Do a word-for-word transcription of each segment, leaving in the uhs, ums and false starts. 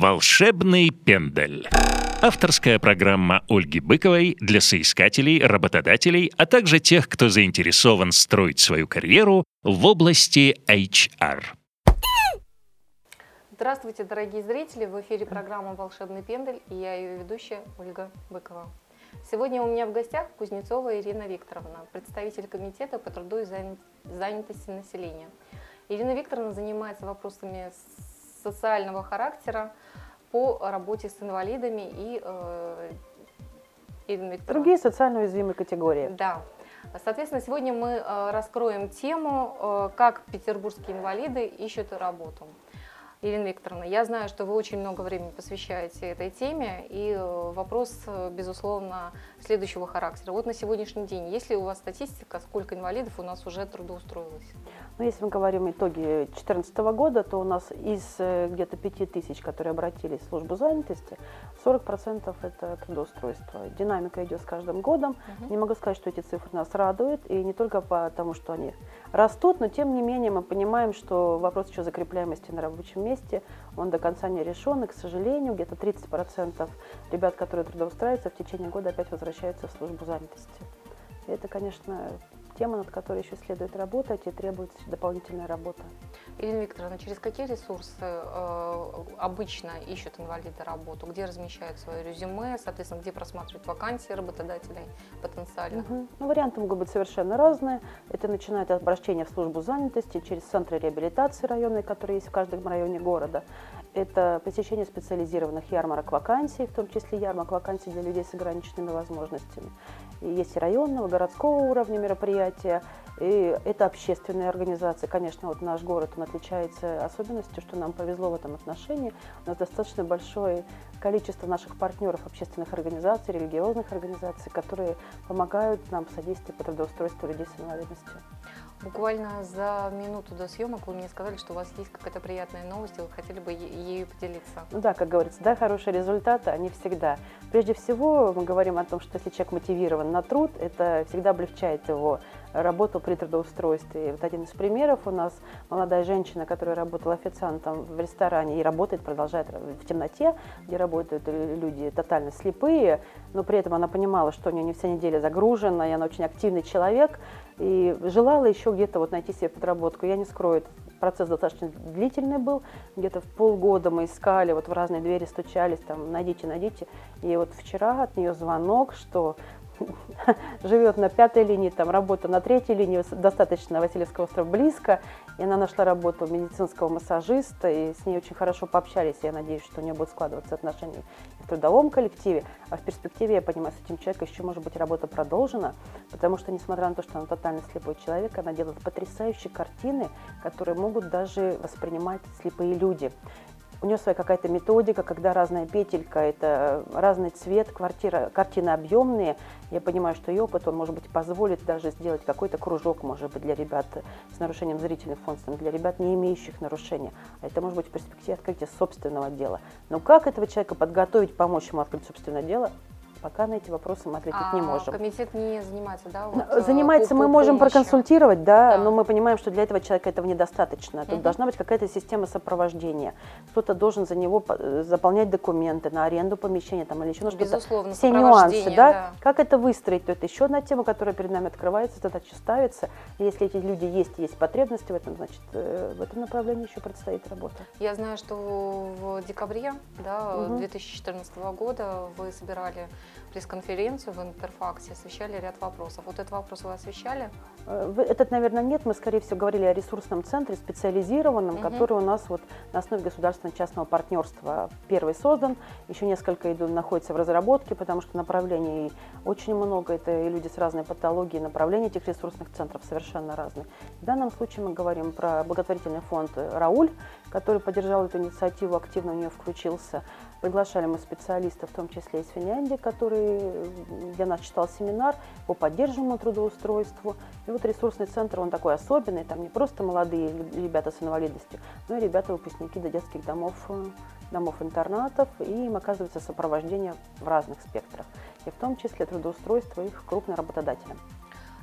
Волшебный пендель. Авторская программа Ольги Быковой для соискателей, работодателей, а также тех, кто заинтересован строить свою карьеру в области эйч ар. Здравствуйте, дорогие зрители! В эфире программа «Волшебный пендель» и я ее ведущая Ольга Быкова. Сегодня у меня в гостях Кузнецова Ирина Викторовна, представитель комитета по труду и занятости населения. Ирина Викторовна занимается вопросами социального характера по работе с инвалидами и э, Ирина Викторовна. Другие социально уязвимые категории. Да. Соответственно, сегодня мы э, раскроем тему, э, как петербургские инвалиды ищут работу. Ирина Викторовна, я знаю, что вы очень много времени посвящаете этой теме, и вопрос, безусловно, следующего характера. Вот на сегодняшний день, есть ли у вас статистика, сколько инвалидов у нас уже трудоустроилось? Ну, если мы говорим итоги две тысячи четырнадцатого года, то у нас из где-то пяти тысяч, которые обратились в службу занятости, сорок процентов это трудоустройство. Динамика идет с каждым годом. Угу. Не могу сказать, что эти цифры нас радуют, и не только потому, что они растут, но тем не менее мы понимаем, что вопрос еще закрепляемости на рабочем месте, он до конца не решен, и, к сожалению, где-то тридцать процентов ребят, которые трудоустраиваются, в течение года опять возвращаются в службу занятости. И это, конечно, тема, над которой еще следует работать, и требуется дополнительная работа. Ирина Викторовна, через какие ресурсы э, обычно ищут инвалиды работу? Где размещают свое резюме, соответственно, где просматривают вакансии работодателей потенциальных? Угу. Ну, варианты могут быть совершенно разные. Это начинает от обращения в службу занятости через центры реабилитации районные, которые есть в каждом районе города. Это посещение специализированных ярмарок вакансий, в том числе ярмарок вакансий для людей с ограниченными возможностями. И есть и районного, городского уровня мероприятия, и это общественные организации. Конечно, вот наш город, он отличается особенностью, что нам повезло в этом отношении. У нас достаточно большое количество наших партнеров общественных организаций, религиозных организаций, которые помогают нам в содействии по трудоустройству людей с инвалидностью. Буквально за минуту до съемок вы мне сказали, что у вас есть какая-то приятная новость, и вы хотели бы ею поделиться. Ну да, как говорится, да, хорошие результаты, они всегда. Прежде всего, мы говорим о том, что если человек мотивирован на труд, это всегда облегчает его работу при трудоустройстве. И вот один из примеров у нас молодая женщина, которая работала официантом в ресторане и работает, продолжает в темноте, где работают люди тотально слепые, но при этом она понимала, что у нее не вся неделя загружена, и она очень активный человек, и желала еще где-то вот найти себе подработку. Я не скрою, этот процесс достаточно длительный был, где-то в полгода мы искали, вот в разные двери стучались, там, найдите, найдите. И вот вчера от нее звонок, что живет на пятой линии, там работа на третьей линии, достаточно Васильевского острова близко, и она нашла работу медицинского массажиста, и с ней очень хорошо пообщались, и я надеюсь, что у нее будут складываться отношения в трудовом коллективе, а в перспективе, я понимаю, с этим человеком еще может быть работа продолжена, потому что, несмотря на то, что она тотально слепой человек, она делает потрясающие картины, которые могут даже воспринимать слепые люди. У нее своя какая-то методика, когда разная петелька, это разный цвет, квартира, картины объемные. Я понимаю, что ее опыт, он, может быть, позволит даже сделать какой-то кружок, может быть, для ребят с нарушением зрительных функций, для ребят, не имеющих нарушения. А это может быть в перспективе открытия собственного дела. Но как этого человека подготовить, помочь ему открыть собственное дело? Пока на эти вопросы мы ответить а не можем. Комитет не занимается, да? Вот, занимается, по, мы по можем помощи. проконсультировать, да, да, да, но мы понимаем, что для этого человека этого недостаточно. Тут угу. должна быть какая-то система сопровождения. Кто-то должен за него заполнять документы на аренду помещения там, или еще на что-то. Безусловно, все нюансы, да? да. Как это выстроить? То это еще одна тема, которая перед нами открывается, задача ставится. И если эти люди есть, есть потребности в этом, значит, в этом направлении еще предстоит работа. Я знаю, что в декабре, да, угу. две тысячи четырнадцатого года вы собирали пресс-конференцию в Интерфаксе, освещали ряд вопросов. Вот этот вопрос вы освещали? Этот, наверное, нет. Мы, скорее всего, говорили о ресурсном центре, специализированном, угу. который у нас вот на основе государственно-частного партнерства первый создан. Еще несколько идут, находятся в разработке, потому что направлений очень много. Это и люди с разной патологией, направления этих ресурсных центров совершенно разные. В данном случае мы говорим про благотворительный фонд «Рауль», который поддержал эту инициативу, активно в нее включился. Приглашали мы специалистов, в том числе из Финляндии, который для нас читал семинар по поддержанному трудоустройству. И вот ресурсный центр, он такой особенный, там не просто молодые ребята с инвалидностью, но и ребята-выпускники до детских домов, домов-интернатов, и им оказывается сопровождение в разных спектрах, и в том числе трудоустройство их крупным работодателям.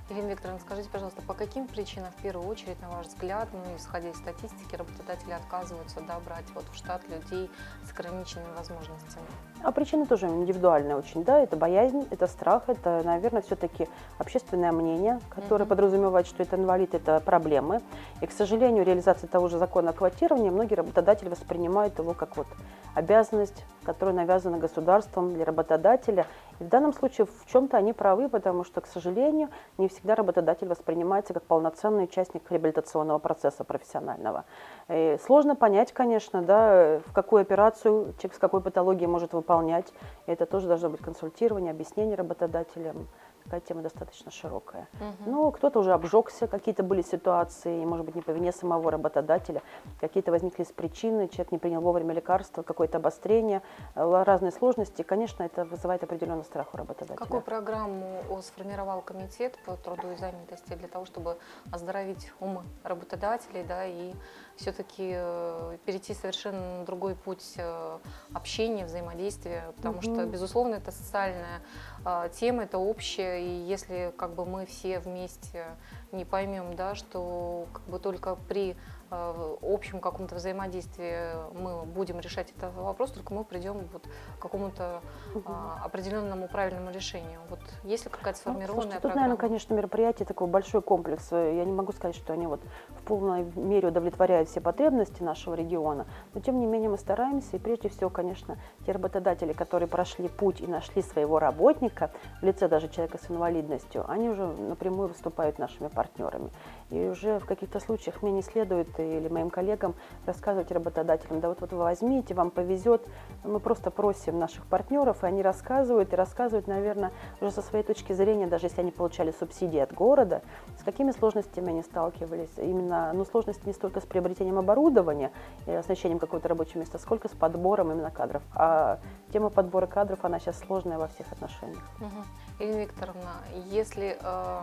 Ирина Викторовна, скажите, пожалуйста, по каким причинам, в первую очередь, на ваш взгляд, ну, исходя из статистики, работодатели отказываются, да, брать вот в штат людей с ограниченными возможностями? А причины тоже индивидуальные очень, да, это боязнь, это страх, это, наверное, все-таки общественное мнение, которое Мгм. подразумевает, что это инвалид, это проблемы. И, к сожалению, реализация того же закона о квотировании, многие работодатели воспринимают его как вот обязанность, которая навязана государством для работодателя. И в данном случае в чем-то они правы, потому что, к сожалению, не всегда работодатель воспринимается как полноценный участник реабилитационного процесса профессионального. И сложно понять, конечно, да, в какую операцию человек с какой патологией может выполнять. И это тоже должно быть консультирование, объяснение работодателям. Такая тема достаточно широкая. Мгм. Ну, кто-то уже обжегся, какие-то были ситуации, и, может быть, не по вине самого работодателя, какие-то возникли с причины, человек не принял вовремя лекарства, какое-то обострение, э, разные сложности. Конечно, это вызывает определенный страх у работодателя. Какую программу о, сформировал комитет по труду и занятости для того, чтобы оздоровить умы работодателей, да, и все-таки э, перейти совершенно на другой путь э, общения, взаимодействия, потому что, Мгм. безусловно, это социальная э, тема, это общая, и если как бы мы все вместе не поймем, да, что как бы только при э, общем каком-то взаимодействии мы будем решать этот вопрос, только мы придем вот к какому-то Мгм. а, определенному правильному решению. Вот есть ли какая-то Ну, сформированная слушайте, тут, программа? наверное, конечно, мероприятие такой большой комплекс. Я не могу сказать, что они вот в полной мере удовлетворяют все потребности нашего региона, но тем не менее мы стараемся, и прежде всего, конечно, те работодатели, которые прошли путь и нашли своего работника, в лице даже человека с инвалидностью, они уже напрямую выступают нашими партнерами. И уже в каких-то случаях мне не следует или моим коллегам рассказывать работодателям, да вот, вот вы возьмите, вам повезет. Мы просто просим наших партнеров, и они рассказывают, и рассказывают, наверное, уже со своей точки зрения, даже если они получали субсидии от города, с какими сложностями они сталкивались. Именно, ну, сложности не столько с приобретением оборудования и оснащением какого-то рабочего места, сколько с подбором именно кадров. А тема подбора кадров, она сейчас сложная во всех отношениях. Мгм. Ирина Викторовна, если э,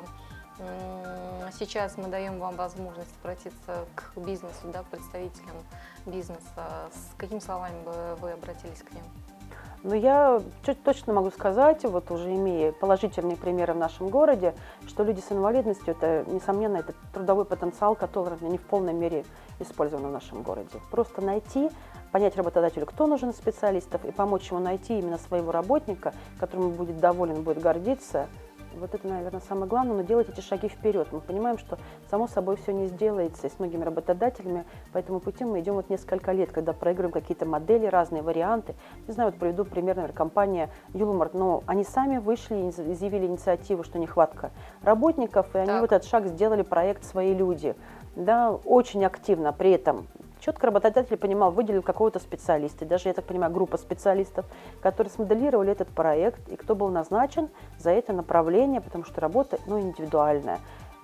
м, сейчас мы даем вам возможность обратиться к бизнесу, да, к представителям бизнеса, с какими словами бы вы обратились к ним? Но я чуть точно могу сказать, вот уже имея положительные примеры в нашем городе, что люди с инвалидностью, это, несомненно, это трудовой потенциал, который не в полной мере использован в нашем городе. Просто найти, понять работодателю, кто нужен из специалистов, и помочь ему найти именно своего работника, которому будет доволен, будет гордиться. Вот это, наверное, самое главное, но делать эти шаги вперед. Мы понимаем, что само собой все не сделается, и с многими работодателями по этому пути мы идем вот несколько лет, когда проигрываем какие-то модели, разные варианты. Не знаю, вот приведу пример, наверное, компания Юлмарт, но они сами вышли и изъявили инициативу, что нехватка работников, и они Так. вот этот шаг сделали, проект «Свои люди». Да, очень активно, при этом четко работодатель понимал, выделил какого-то специалиста, и даже, я так понимаю, группа специалистов, которые смоделировали этот проект, и кто был назначен за это направление, потому что работа, ну, индивидуальная.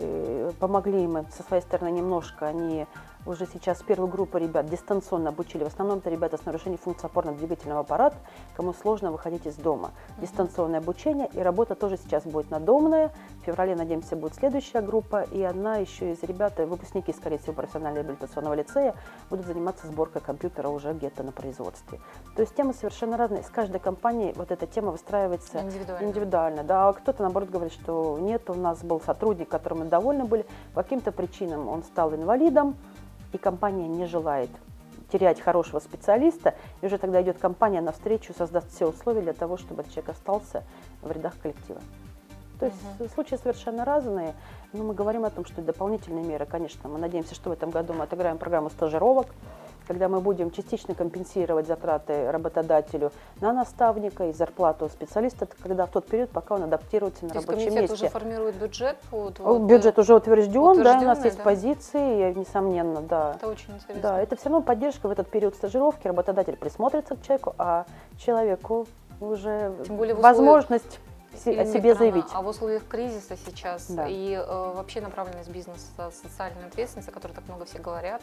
И помогли им со своей стороны немножко, они уже сейчас первую группу ребят дистанционно обучили. В основном это ребята с нарушением функции опорно-двигательного аппарата, кому сложно выходить из дома. Дистанционное обучение, и работа тоже сейчас будет надомная. В феврале, надеемся, будет следующая группа, и одна еще из ребят, выпускники, скорее всего, профессионального реабилитационного лицея, будут заниматься сборкой компьютера уже где-то на производстве. То есть темы совершенно разные. С каждой компанией вот эта тема выстраивается Индивидуально. индивидуально. Да. А кто-то, наоборот, говорит, что нет, у нас был сотрудник, которым мы довольны были, по каким-то причинам он стал инвалидом, и компания не желает терять хорошего специалиста, и уже тогда идет компания навстречу, создаст все условия для того, чтобы этот человек остался в рядах коллектива. То есть Мгм. случаи совершенно разные, но мы говорим о том, что дополнительные меры, конечно, мы надеемся, что в этом году мы отыграем программу стажировок, когда мы будем частично компенсировать затраты работодателю на наставника и зарплату специалиста, когда в тот период, пока он адаптируется на То есть рабочем комитет месте. уже формирует бюджет? Вот, О, вот, Бюджет уже утвержден, да, у нас утвержденный, есть да? позиции, несомненно, да. Это очень интересно. Да, это все равно поддержка в этот период стажировки, работодатель присмотрится к человеку, а человеку уже Тем более в условиях- возможность се- о Ирина себе Викторовна, заявить. А в условиях кризиса сейчас Да. и э, вообще направленность бизнеса, социальная ответственность, о которой так много все говорят,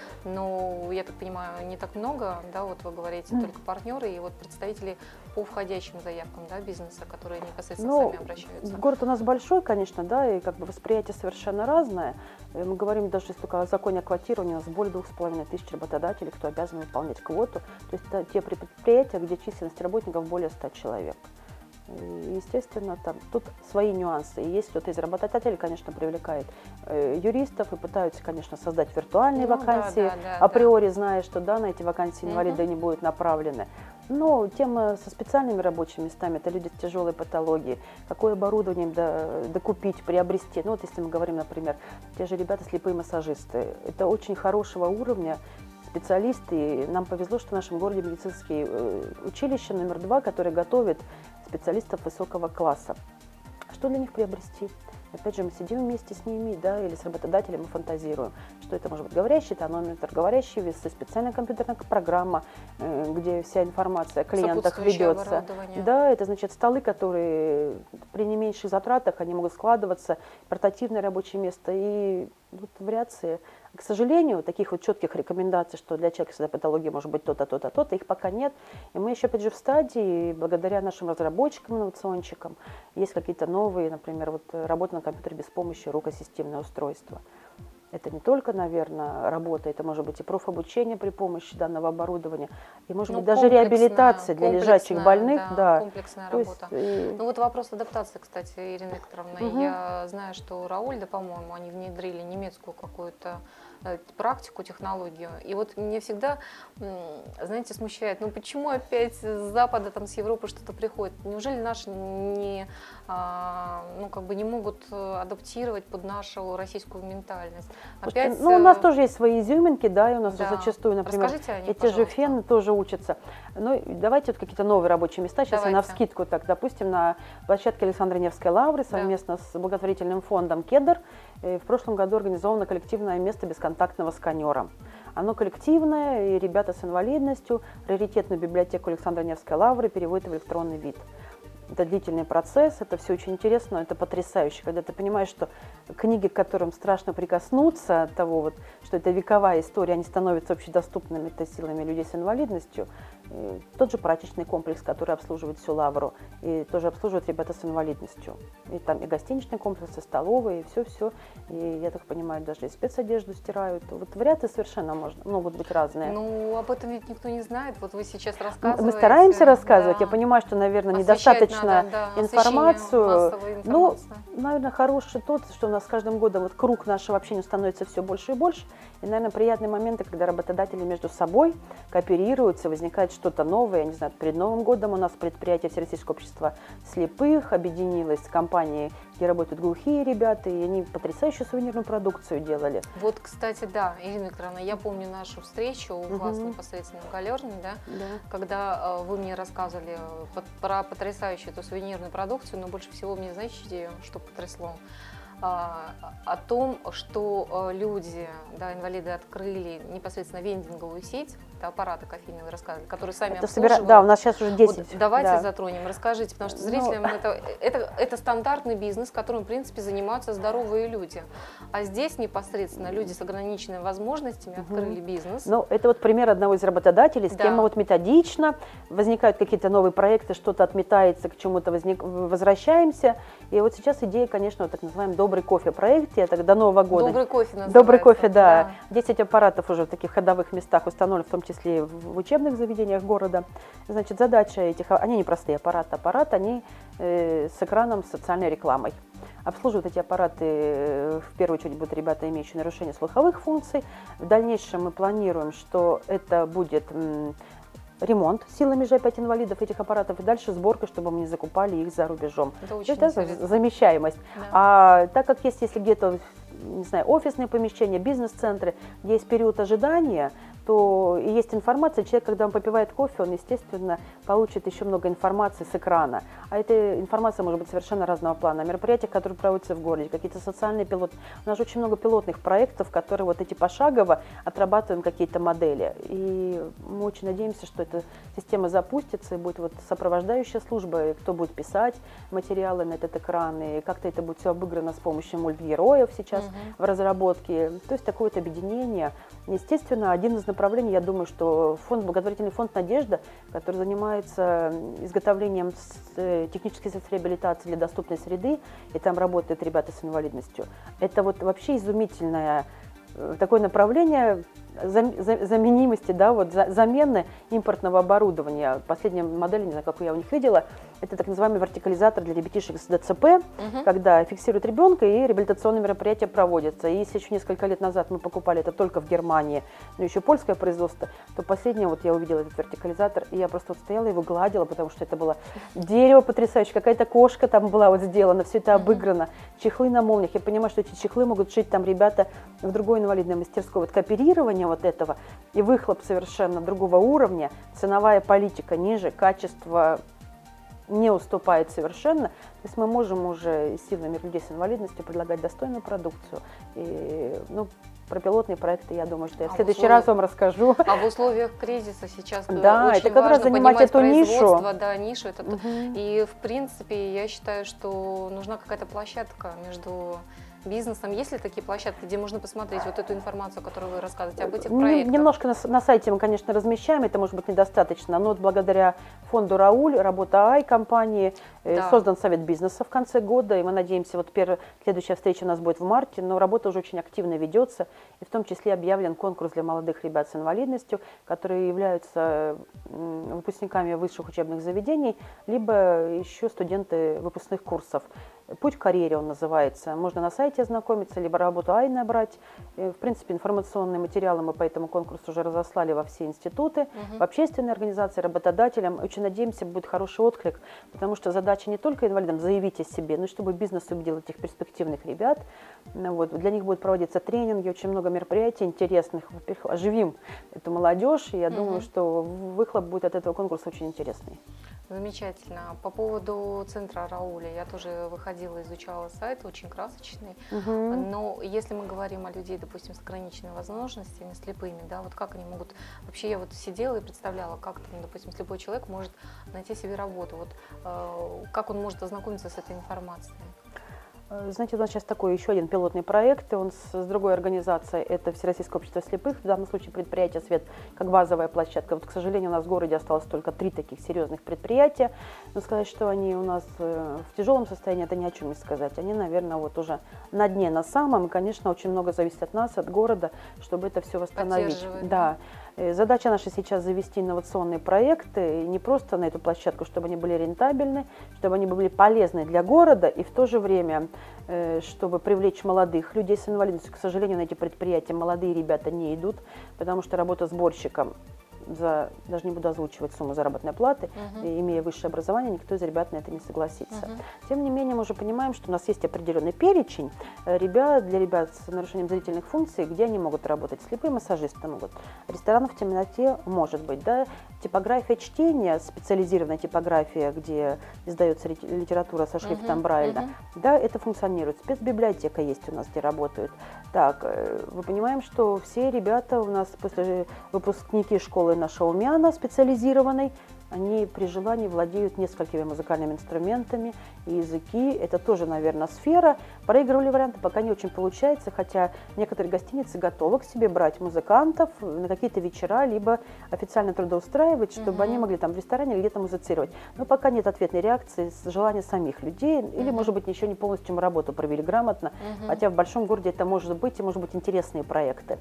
но, я так понимаю, не так много, да, вот вы говорите, Мгм. только партнеры и вот представители по входящим заявкам, да, бизнеса, которые непосредственно Ну, сами обращаются. город у нас большой, конечно, да, и как бы восприятие совершенно разное. И мы говорим даже если только о законе о квотировании, у нас более двух с половиной тысяч работодателей, кто обязан выполнять квоту. То есть это те предприятия, где численность работников более ста человек. И, естественно, там, тут свои нюансы. И если кто-то из работодателей, конечно, привлекает э, юристов и пытаются, конечно, создать виртуальные Ну, вакансии, да, да, да, априори зная, что да, на эти вакансии инвалиды Мгм. не будут направлены. Но тема со специальными рабочими местами – это люди с тяжелой патологией. Какое оборудование им до- докупить, приобрести. Ну вот если мы говорим, например, те же ребята слепые массажисты. Это очень хорошего уровня специалисты. И нам повезло, что в нашем городе медицинские э, училища номер два, которые готовят специалистов высокого класса. Что для них приобрести? Опять же, мы сидим вместе с ними, да, или с работодателем и фантазируем, что это может быть говорящий тонометр, говорящие весы, специальная компьютерная программа, э, где вся информация о клиентах Сопутствующее ведется. оборудование. Да, это значит столы, которые при не меньших затратах, они могут складываться, портативное рабочее место и вот вариации. К сожалению, таких вот четких рекомендаций, что для человека с этой патологией может быть то-то, то-то, то-то, их пока нет. И мы еще, опять же, в стадии, благодаря нашим разработчикам, инновационщикам, есть какие-то новые, например, вот работа на компьютере без помощи рук, ассистивное устройство. Это не только, наверное, работа, это может быть и профобучение при помощи данного оборудования, и, может Ну, быть, даже комплексная- реабилитация для лежачих комплексная, больных. да, Да. комплексная То есть, работа. э, Ну вот вопрос адаптации, кстати, Ирина Викторовна. Мгм. Я знаю, что у Раульда, по-моему, они внедрили немецкую какую-то э, практику, технологию. И вот мне всегда, м, знаете, смущает, ну почему опять с Запада, там, с Европы что-то приходит? Неужели наши не, а, ну, как бы не могут э, адаптировать под нашу российскую ментальность? Слушайте, Опять, ну, у нас э, тоже есть свои изюминки, да, и у нас да. зачастую, например, Расскажите о них, эти же пожалуйста. фены тоже учатся. Ну, и давайте вот какие-то новые рабочие места. Сейчас я Давайте. навскидку, так, допустим, на площадке Александра Невской лавры совместно с благотворительным фондом «Кедр» э, в прошлом году организовано коллективное место бесконтактного сканера. Оно коллективное, и ребята с инвалидностью раритетную библиотеку Александра Невской лавры переводят в электронный вид. Это длительный процесс, это все очень интересно, это потрясающе, когда ты понимаешь, что книги, к которым страшно прикоснуться, от того, вот, что это вековая история, они становятся общедоступными это силами людей с инвалидностью. И тот же прачечный комплекс, который обслуживает всю лавру, и тоже обслуживают ребята с инвалидностью. И там и гостиничный комплекс, и столовые, и все-все. И я так понимаю, даже и спецодежду стирают. Вот варианты совершенно можно, могут быть разные. Ну, об этом ведь никто не знает. Вот вы сейчас Ну, рассказываете. мы стараемся рассказывать. Да. Я понимаю, что, наверное, Освещать недостаточно надо, да, информацию. освещение, массовая Ну, информация. наверное, хороший тот, что у нас с каждым годом вот круг нашего общения становится все больше и больше. И, наверное, приятные моменты, когда работодатели между собой кооперируются, возникает что-то новое. Я не знаю, перед Новым годом у нас предприятие Всероссийского общества слепых объединилось с компанией, где работают глухие ребята, и они потрясающую сувенирную продукцию делали. Вот, кстати, да, Ирина Викторовна, я помню нашу встречу у вас Мгм. непосредственно в Галерной, да, Да. когда э, вы мне рассказывали э, под- про потрясающую эту сувенирную продукцию, но больше всего мне, знаете, что потрясло? А, о том, что э, люди, да, инвалиды открыли непосредственно вендинговую сеть, это аппараты кофейные, вы рассказывали, которые сами Это собира- обслуживают. Да, у нас сейчас уже десять. Вот давайте да. затронем, расскажите, потому что Ну, зрителям это, это, это стандартный бизнес, которым, в принципе, занимаются здоровые люди. А здесь непосредственно люди с ограниченными возможностями Мгм. открыли бизнес. Ну, это вот пример одного из работодателей, с Да. кем мы вот методично, возникают какие-то новые проекты, что-то отметается, к чему-то возник... возвращаемся. И вот сейчас идея, конечно, вот так называемый «Добрый кофе» проекте, это до Нового года. Добрый кофе называется. Добрый кофе, да. десять аппаратов уже в таких ходовых местах установлены, в том числе и в учебных заведениях города. Значит, задача этих, они не простые аппараты, аппарат, они э, с экраном с социальной рекламой. Обслуживают эти аппараты, э, в первую очередь, будут ребята, имеющие нарушение слуховых функций. В дальнейшем мы планируем, что это будет м, ремонт силами же опять инвалидов этих аппаратов, и дальше сборка, чтобы мы не закупали их за рубежом. Это очень Это интересно. замещаемость. Да. А так как есть, если где-то, не знаю, офисные помещения, бизнес-центры, где есть период ожидания, то и есть информация, человек, когда он попивает кофе, он, естественно, получит еще много информации с экрана. А эта информация может быть совершенно разного плана. О мероприятиях, которые проводятся в городе, какие-то социальные пилоты. У нас же очень много пилотных проектов, которые вот эти пошагово отрабатываем какие-то модели. И мы очень надеемся, что эта система запустится, и будет вот сопровождающая служба, и кто будет писать материалы на этот экран, и как-то это будет все обыграно с помощью мультгероев сейчас Мгм. в разработке. То есть такое вот объединение. Естественно, один из направлений, я думаю, что фонд, благотворительный фонд «Надежда», который занимается изготовлением с- э, технических средств реабилитации для доступной среды, и там работают ребята с инвалидностью, это вот вообще изумительное э, такое направление. заменимости, да, вот замены импортного оборудования. Последняя модель, не знаю, какую я у них видела, это так называемый вертикализатор для ребятишек с ДЦП, угу. когда фиксируют ребенка и реабилитационные мероприятия проводятся. И если еще несколько лет назад мы покупали это только в Германии, но еще польское производство, то последнее, вот я увидела этот вертикализатор, и я просто вот стояла его гладила, потому что это было дерево потрясающее, какая-то кошка там была вот сделана, все это обыграно, чехлы на молниях. Я понимаю, что эти чехлы могут шить там ребята в другой инвалидной мастерской. Вот кооперирование вот этого и выхлоп совершенно другого уровня, ценовая политика ниже, качество не уступает совершенно. То есть мы можем уже силами людей с инвалидностью предлагать достойную продукцию. И, ну, про пилотные проекты, я думаю, что я а в следующий условиях, раз вам расскажу. А в условиях кризиса сейчас да, очень это как раз занимать эту нишу. Да, нишу это угу. И, в принципе, я считаю, что нужна какая-то площадка между бизнесом. Есть ли такие площадки, где можно посмотреть вот эту информацию, которую вы рассказываете об этих проектах? Немножко на, на сайте мы, конечно, размещаем, это может быть недостаточно, но вот благодаря фонду Рауль, работа АЙ компании, да. создан совет бизнеса в конце года, и мы надеемся, вот первая, следующая встреча у нас будет в марте, но работа уже очень активно ведется, и в том числе объявлен конкурс для молодых ребят с инвалидностью, которые являются выпускниками высших учебных заведений, либо еще студенты выпускных курсов. «Путь к карьере» он называется. Можно на сайте ознакомиться, либо работу АЙ набрать. В принципе, информационные материалы мы по этому конкурсу уже разослали во все институты, угу. в общественные организации, работодателям. Очень надеемся, будет хороший отклик, потому что задача не только инвалидам заявить о себе, но и чтобы бизнес увидел этих перспективных ребят. Вот. Для них будут проводиться тренинги, очень много мероприятий интересных. Во-первых, оживим эту молодежь, и я угу. думаю, что выхлоп будет от этого конкурса очень интересный. Замечательно. По поводу центра Рауля, я тоже выходила, изучала сайт, очень красочный. Угу. Но если мы говорим о людей, допустим, с ограниченными возможностями, слепыми, да, вот как они могут... Вообще я вот сидела и представляла, как там, допустим, слепой человек может найти себе работу, вот э, как он может ознакомиться с этой информацией. Знаете, у нас сейчас такой еще один пилотный проект, он с, с другой организацией, это Всероссийское общество слепых, в данном случае предприятие «Свет» как базовая площадка. Вот, к сожалению, у нас в городе осталось только три таких серьезных предприятия, но сказать, что они у нас в тяжелом состоянии, это ни о чем не сказать. Они, наверное, вот уже на дне, на самом, и, конечно, очень много зависит от нас, от города, чтобы это все восстановить. Да. Задача наша сейчас завести инновационные проекты, и не просто на эту площадку, чтобы они были рентабельны, чтобы они были полезны для города, и в то же время, чтобы привлечь молодых людей с инвалидностью. К сожалению, на эти предприятия молодые ребята не идут, потому что работа сборщиком, за, даже не буду озвучивать сумму заработной платы, uh-huh. и, имея высшее образование, никто из ребят на это не согласится. Uh-huh. Тем не менее, мы уже понимаем, что у нас есть определенный перечень ребят, для ребят с нарушением зрительных функций, где они могут работать. Слепые массажисты могут. Ресторан в темноте может быть. Да? Типография чтения, специализированная типография, где издается литература со шрифтом uh-huh. Брайля, uh-huh. да, это функционирует. Спецбиблиотека есть у нас, где работают. Так, мы понимаем, что все ребята у нас, после выпускники школы нашего УМИАНа специализированной, они при желании владеют несколькими музыкальными инструментами и языки. Это тоже, наверное, сфера. Проигрывали варианты, пока не очень получается, хотя некоторые гостиницы готовы к себе брать музыкантов на какие-то вечера, либо официально трудоустраивать, чтобы uh-huh. они могли там в ресторане где-то музицировать. Но пока нет ответной реакции, желания самих людей, uh-huh. или, может быть, еще не полностью мы работу провели грамотно, uh-huh. хотя в большом городе это может быть, и, может быть, интересные проекты.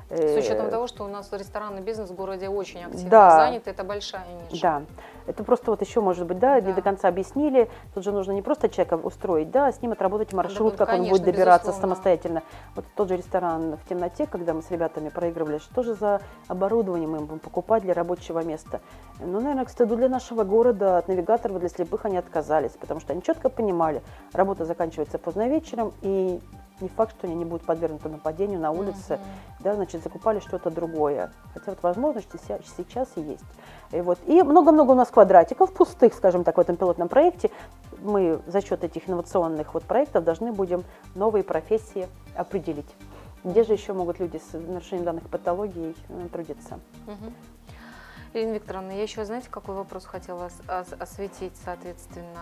С учетом того, что у нас ресторанный бизнес в городе очень активно да. занят, это большая ниша. Да, это просто вот еще, может быть, да, да, не до конца объяснили. Тут же нужно не просто человека устроить, да, а с ним отработать маршрут, да, как конечно, он будет добираться безусловно. Самостоятельно. Вот тот же ресторан в темноте, когда мы с ребятами проигрывали, что же за оборудование мы будем покупать для рабочего места. Ну, наверное, к стыду для нашего города от навигаторов для слепых они отказались, потому что они четко понимали, работа заканчивается поздно вечером, и не факт, что они не будут подвергнуты нападению на улице, uh-huh. да, значит, закупали что-то другое. Хотя вот возможности сейчас и есть. И вот. И много-много у нас квадратиков пустых, скажем так, в этом пилотном проекте. Мы за счет этих инновационных вот проектов должны будем новые профессии определить. Где же еще могут люди с нарушением данных патологий трудиться? Uh-huh. Ирина Викторовна, я еще, знаете, какой вопрос хотела осветить, соответственно,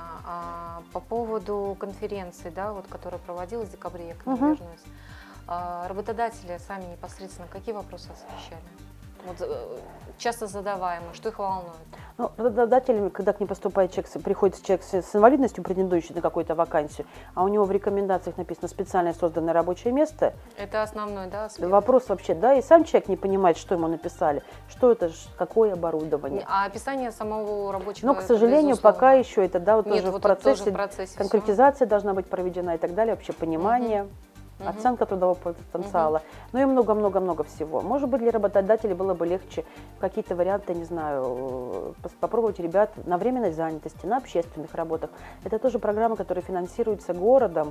по поводу конференции, да, вот, которая проводилась в декабре, я к ней uh-huh. вернусь. Работодатели сами непосредственно какие вопросы освещали? Вот, часто задаваемые, что их волнует? Ну, работодатель, когда к ним поступает человек, приходит человек с инвалидностью, претендующий на какую-то вакансию, а у него в рекомендациях написано специально созданное рабочее место. Это основной, да, аспект? Вопрос вообще, да, и сам человек не понимает, что ему написали, что это, какое оборудование. А описание самого рабочего? Но, к сожалению, пока еще это, да, вот Нет, тоже вот в процессе, тоже в процессе конкретизация всего должна быть проведена и так далее, вообще понимание. Угу. Оценка трудового потенциала, Угу. ну и много-много-много всего. Может быть, для работодателей было бы легче какие-то варианты, не знаю, попробовать ребят на временной занятости, на общественных работах. Это тоже программа, которая финансируется городом.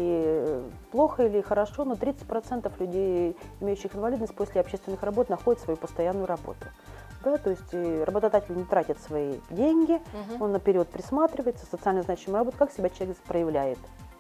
И плохо или хорошо, но тридцать процентов людей, имеющих инвалидность, после общественных работ находят свою постоянную работу. Да, то есть работодатель не тратит свои деньги, угу. он наперед присматривается, социально значимая работа, как себя человек проявляет.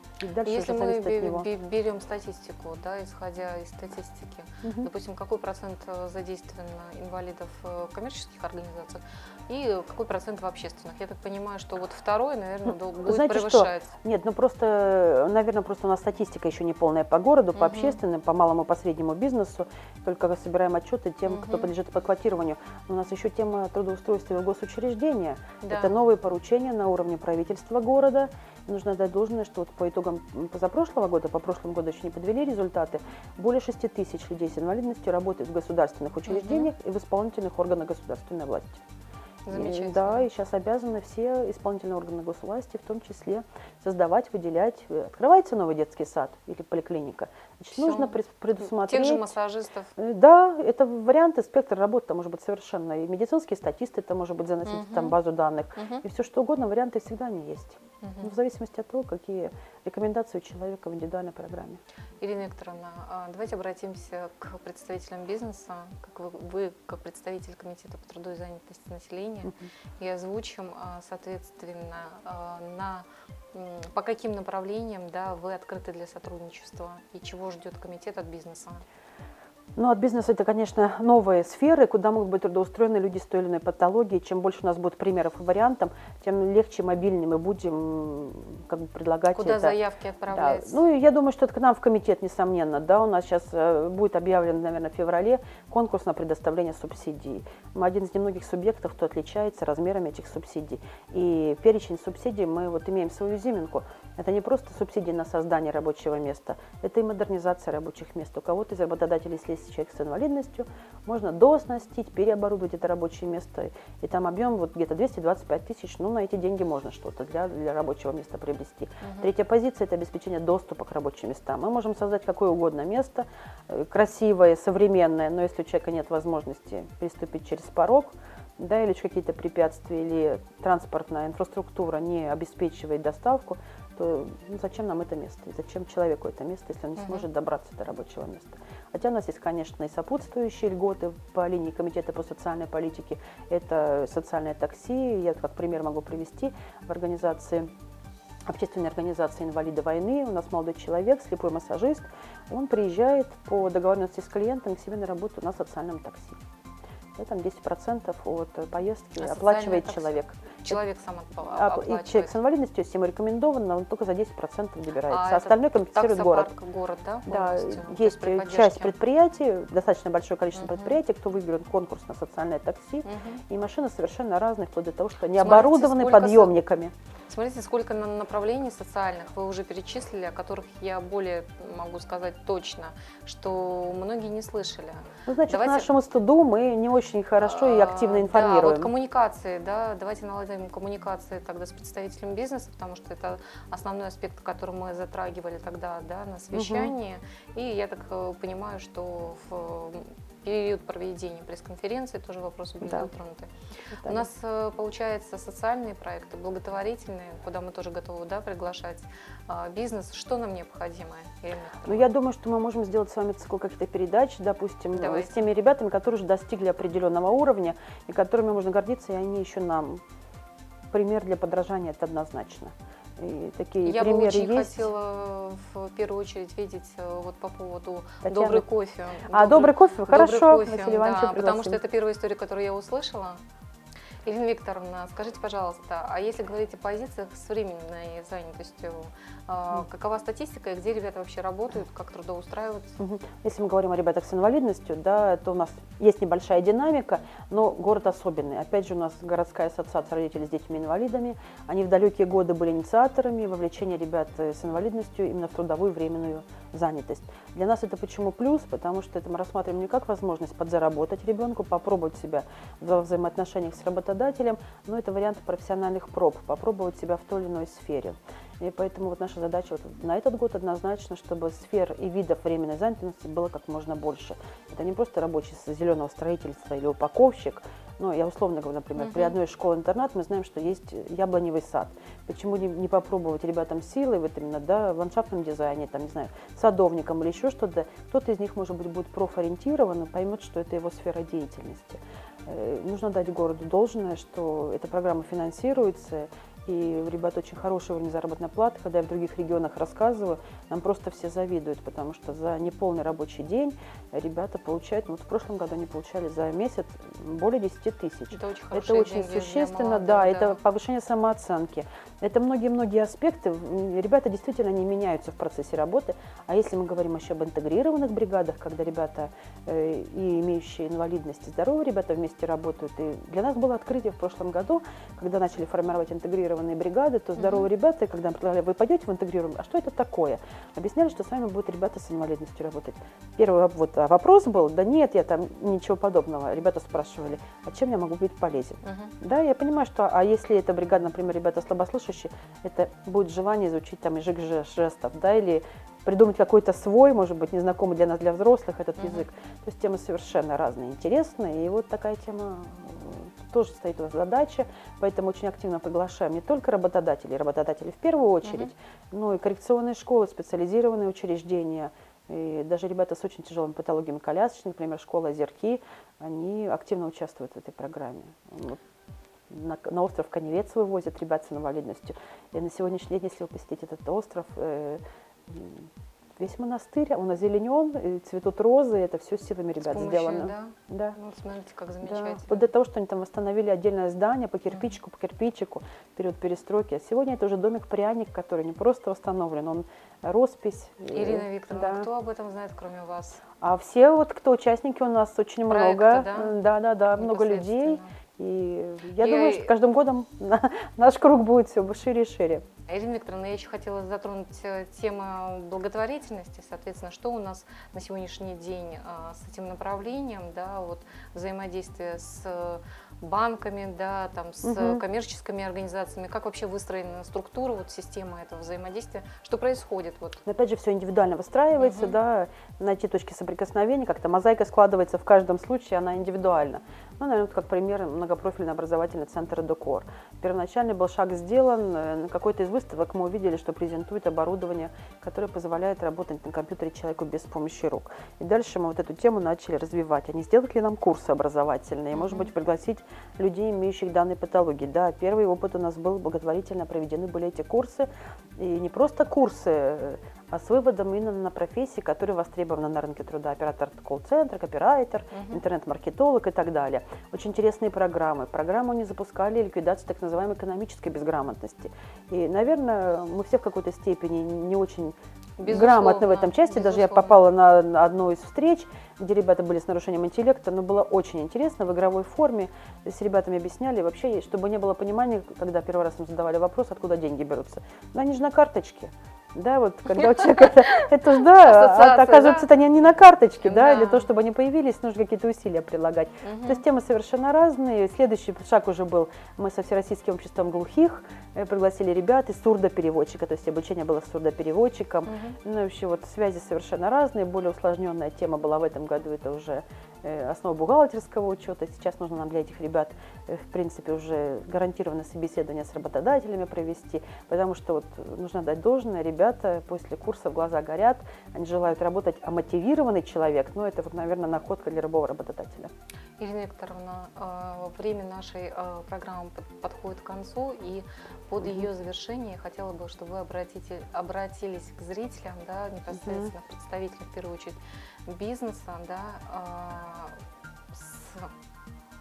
Если мы берем статистику, да, исходя из статистики, угу. допустим, какой процент задействован инвалидов в коммерческих организациях и какой процент в общественных? Я так понимаю, что вот второй, наверное, ну, будет знаете превышать. Что? Нет, ну просто, наверное, просто у нас статистика еще не полная по городу, по угу. общественным, по малому, по среднему бизнесу. Только собираем отчеты тем, угу. кто подлежит по квотированию. У нас еще тема трудоустройства в госучреждения. Да. Это новые поручения на уровне правительства города. Нужно дать должное, что вот по итогам позапрошлого года, по прошлому году еще не подвели результаты, более шести тысяч людей с инвалидностью работают в государственных учреждениях угу. и в исполнительных органах государственной власти. Замечательно. И, да, и сейчас обязаны все исполнительные органы госвласти, в том числе, создавать, выделять. Открывается новый детский сад или поликлиника, значит, Все. нужно предусмотреть. Тех же массажистов. Да, это варианты, спектр работы, это может быть совершенно. И медицинские статисты, это может быть заносить угу. там базу данных. Угу. И все что угодно, варианты всегда они есть. Угу. В зависимости от того, какие рекомендации у человека в индивидуальной программе. Ирина Викторовна, давайте обратимся к представителям бизнеса, как вы, вы как представитель Комитета по труду и занятости населения, uh-huh. и озвучим, соответственно, на, по каким направлениям, да, вы открыты для сотрудничества и чего ждет комитет от бизнеса. Ну, от бизнеса это, конечно, новые сферы, куда могут быть трудоустроены люди с той или иной патологией. Чем больше у нас будет примеров и вариантов, тем легче, мобильнее мы будем как бы предлагать Куда это. заявки отправляются? Да. Ну, я думаю, что это к нам в комитет, несомненно. Да, у нас сейчас будет объявлен, наверное, в феврале конкурс на предоставление субсидий. Мы один из немногих субъектов, кто отличается размерами этих субсидий. И перечень субсидий мы вот имеем свою изюминку. Это не просто субсидии на создание рабочего места, это и модернизация рабочих мест. У кого-то из работодателей, если есть человек с инвалидностью, можно дооснастить, переоборудовать это рабочее место. И там объем вот где-то двести двадцать пять тысяч, ну на эти деньги можно что-то для, для рабочего места приобрести. Угу. Третья позиция – это обеспечение доступа к рабочим местам. Мы можем создать какое угодно место, красивое, современное, но если у человека нет возможности приступить через порог, да, или какие-то препятствия, или транспортная инфраструктура не обеспечивает доставку, то ну, зачем нам это место? И зачем человеку это место, если он не uh-huh. сможет добраться до рабочего места? Хотя у нас есть, конечно, и сопутствующие льготы по линии Комитета по социальной политике. Это социальное такси. Я как пример могу привести в организации, общественной организации «Инвалиды войны». У нас молодой человек, слепой массажист. Он приезжает по договоренности с клиентом к себе на работу на социальном такси. Там десять процентов от поездки а оплачивает человек. Человек сам оплачивает. И человек с инвалидностью, если ему рекомендовано, он только за десять процентов добирается. А остальное компенсирует город. город, да? Да, есть часть предприятий, достаточно большое количество uh-huh. предприятий, кто выиграет конкурс на социальное такси. Uh-huh. И машины совершенно разные, вплоть до того, что они Смотрите, оборудованы подъемниками. Смотрите, сколько направлений социальных вы уже перечислили, о которых я более могу сказать точно, что многие не слышали. Ну, значит, давайте... к нашему стыду мы не очень хорошо и активно информируем. Да, вот коммуникации, да, давайте наладим коммуникации тогда с представителями бизнеса, потому что это основной аспект, который мы затрагивали тогда, да, на совещании. Угу. И я так понимаю, что в период проведения пресс-конференции тоже вопросы были да. затронуты. Да. У нас получается социальные проекты, благотворительные, куда мы тоже готовы, да, приглашать а, бизнес. Что нам необходимо? Ну, я думаю, что мы можем сделать с вами цикл каких-то передач, допустим, Давайте. с теми ребятами, которые уже достигли определенного уровня и которыми можно гордиться, и они еще нам пример для подражания, это однозначно. И такие Я примеры бы очень есть. хотела в первую очередь видеть вот по поводу Татьяна. добрый кофе. А, добрый, добрый кофе? Добрый Хорошо, кофе, да, потому что это первая история, которую я услышала. Ирина Викторовна, скажите, пожалуйста, а если говорить о позициях с временной занятостью, э, какова статистика и где ребята вообще работают, как трудоустраиваются? Угу. Если мы говорим о ребятах с инвалидностью, да, то у нас есть небольшая динамика, но город особенный. Опять же, у нас городская ассоциация родителей с детьми-инвалидами. Они в далекие годы были инициаторами вовлечения ребят с инвалидностью именно в трудовую временную занятость. Для нас это почему плюс? Потому что это мы рассматриваем не как возможность подзаработать ребенку, попробовать себя во взаимоотношениях с работодателем, но это вариант профессиональных проб, попробовать себя в той или иной сфере. И поэтому вот наша задача вот на этот год однозначно, чтобы сфер и видов временной занятости было как можно больше. Это не просто рабочий с зеленого строительства или упаковщик. Ну, я условно говорю, например, uh-huh. при одной школе-интернат мы знаем, что есть яблоневый сад. Почему не, не попробовать ребятам силы вот именно, да, в ландшафтном дизайне, там, не знаю, садовником или еще что-то. Кто-то из них, может быть, будет профориентирован и поймет, что это его сфера деятельности. Э, нужно дать городу должное, что эта программа финансируется, и у ребят очень хороший уровень заработной платы. Когда я в других регионах рассказываю, нам просто все завидуют, потому что за неполный рабочий день ребята получают, ну, вот в прошлом году они получали за месяц более десяти тысяч. Это очень, это очень существенно, молодых, да, да, это повышение самооценки. Это многие-многие аспекты. Ребята действительно не меняются в процессе работы. А если мы говорим еще об интегрированных бригадах, когда ребята, э, и имеющие инвалидность, и здоровые ребята вместе работают. И для нас было открытие в прошлом году, когда начали формировать интегрированные бригады, то здоровые mm-hmm. ребята, когда мы предлагали, вы пойдете в интегрированную, а что это такое? Объясняли, что с вами будут ребята с инвалидностью работать. Первый вот вопрос был, да нет, я там ничего подобного. Ребята спрашивали, а чем я могу быть полезен? Mm-hmm. Да, я понимаю, что, а если эта бригада, например, ребята слабослышащие, это будет желание изучить там язык жестов, да, или придумать какой-то свой, может быть, незнакомый для нас, для взрослых, этот uh-huh. язык. То есть темы совершенно разные, интересные. И вот такая тема тоже стоит у нас задача, поэтому очень активно приглашаем не только работодателей, работодателей в первую очередь, uh-huh. но и коррекционные школы, специализированные учреждения. И даже ребята с очень тяжелыми патологиями колясочных, например, школа «Озерки», они активно участвуют в этой программе. На, на остров Каневец вывозят ребят с инвалидностью. И на сегодняшний день, если вы посетите этот остров, э, весь монастырь, он озеленен, цветут розы, это все силами ребят помощью, сделано. Да? Да. Ну, смотрите, как замечательно. Да. Вот для того, что они там восстановили отдельное здание по кирпичику, mm-hmm. по кирпичику, в период перестройки. А сегодня это уже домик-пряник, который не просто восстановлен, он роспись. Ирина Викторовна, да. кто об этом знает, кроме вас? А все, вот, кто участники у нас, очень Проекта, много. Да, да, да, да много людей. И я, я думаю, что каждым годом наш круг будет все шире и шире. Ирина Викторовна, я еще хотела затронуть тему благотворительности. Соответственно, что у нас на сегодняшний день а, с этим направлением, да, вот взаимодействие с банками, да, там, с угу. коммерческими организациями, как вообще выстроена структура, вот, система этого взаимодействия, что происходит? Вот. Опять же, все индивидуально выстраивается, угу. да, найти точки соприкосновения, как-то мозаика складывается в каждом случае, она индивидуальна. Ну, наверное, вот как пример, многопрофильный образовательный центр «Эдукор». Первоначально был шаг сделан, на какой-то из выставок мы увидели, что презентует оборудование, которое позволяет работать на компьютере человеку без помощи рук. И дальше мы вот эту тему начали развивать. А не сделать ли нам курсы образовательные, mm-hmm. может быть, пригласить людей, имеющих данные патологии. Да, первый опыт у нас был, благотворительно проведены были эти курсы. И не просто курсы, а с выводом именно на профессии, которые востребованы на рынке труда. Оператор колл-центра, копирайтер, uh-huh. интернет-маркетолог и так далее. Очень интересные программы. Программу не запускали ликвидацию так называемой экономической безграмотности. И, наверное, мы все в какой-то степени не очень безусловно, грамотны в этом части. Безусловно. Даже я попала на одну из встреч, где ребята были с нарушением интеллекта, но было очень интересно в игровой форме. С ребятами объясняли вообще, чтобы не было понимания, когда первый раз им задавали вопрос, откуда деньги берутся. Но они же на карточке. Да, вот когда у человека это, это же, да, а, оказывается, да? это не, не на карточке, да, да, для того, чтобы они появились, нужно какие-то усилия прилагать. Угу. То есть темы совершенно разные. Следующий шаг уже был, мы со Всероссийским обществом глухих пригласили ребят и сурдопереводчика, то есть обучение было с сурдопереводчиком. Угу. Ну, вообще вот связи совершенно разные, более усложненная тема была в этом году, это уже основа бухгалтерского учета. Сейчас нужно нам для этих ребят, в принципе, уже гарантированное собеседование с работодателями провести, потому что вот нужно дать должное, ребята после курсов глаза горят, они желают работать, а мотивированный человек, ну, это, вот, наверное, находка для любого работодателя. Ирина Викторовна, время нашей программы подходит к концу, и под mm-hmm. ее завершение я хотела бы, чтобы вы обратите, обратились к зрителям, да, непосредственно mm-hmm. представителям, в первую очередь, бизнеса, да, с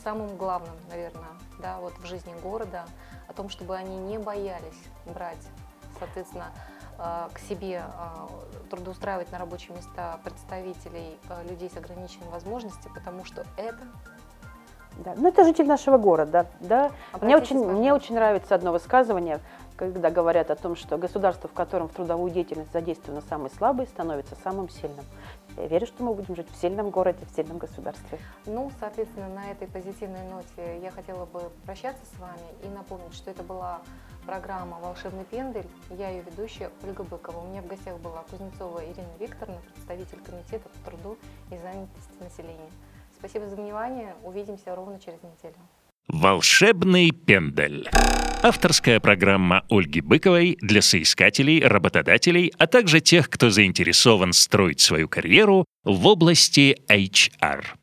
самым главным, наверное, да, вот в жизни города, о том, чтобы они не боялись брать, соответственно, к себе, трудоустраивать на рабочие места представителей людей с ограниченными возможностями, потому что это... Да. Ну, это житель нашего города. Да? Мне, очень, пожалуйста. мне очень нравится одно высказывание, когда говорят о том, что государство, в котором в трудовую деятельность задействованы самые слабые, становится самым сильным. Я верю, что мы будем жить в сильном городе, в сильном государстве. Ну, соответственно, на этой позитивной ноте я хотела бы прощаться с вами и напомнить, что это была программа «Волшебный пендель». Я ее ведущая Ольга Быкова. У меня в гостях была Кузнецова Ирина Викторовна, представитель комитета по труду и занятости населения. Спасибо за внимание. Увидимся ровно через неделю. «Волшебный пендель». Авторская программа Ольги Быковой для соискателей, работодателей, а также тех, кто заинтересован строить свою карьеру в области эйч ар.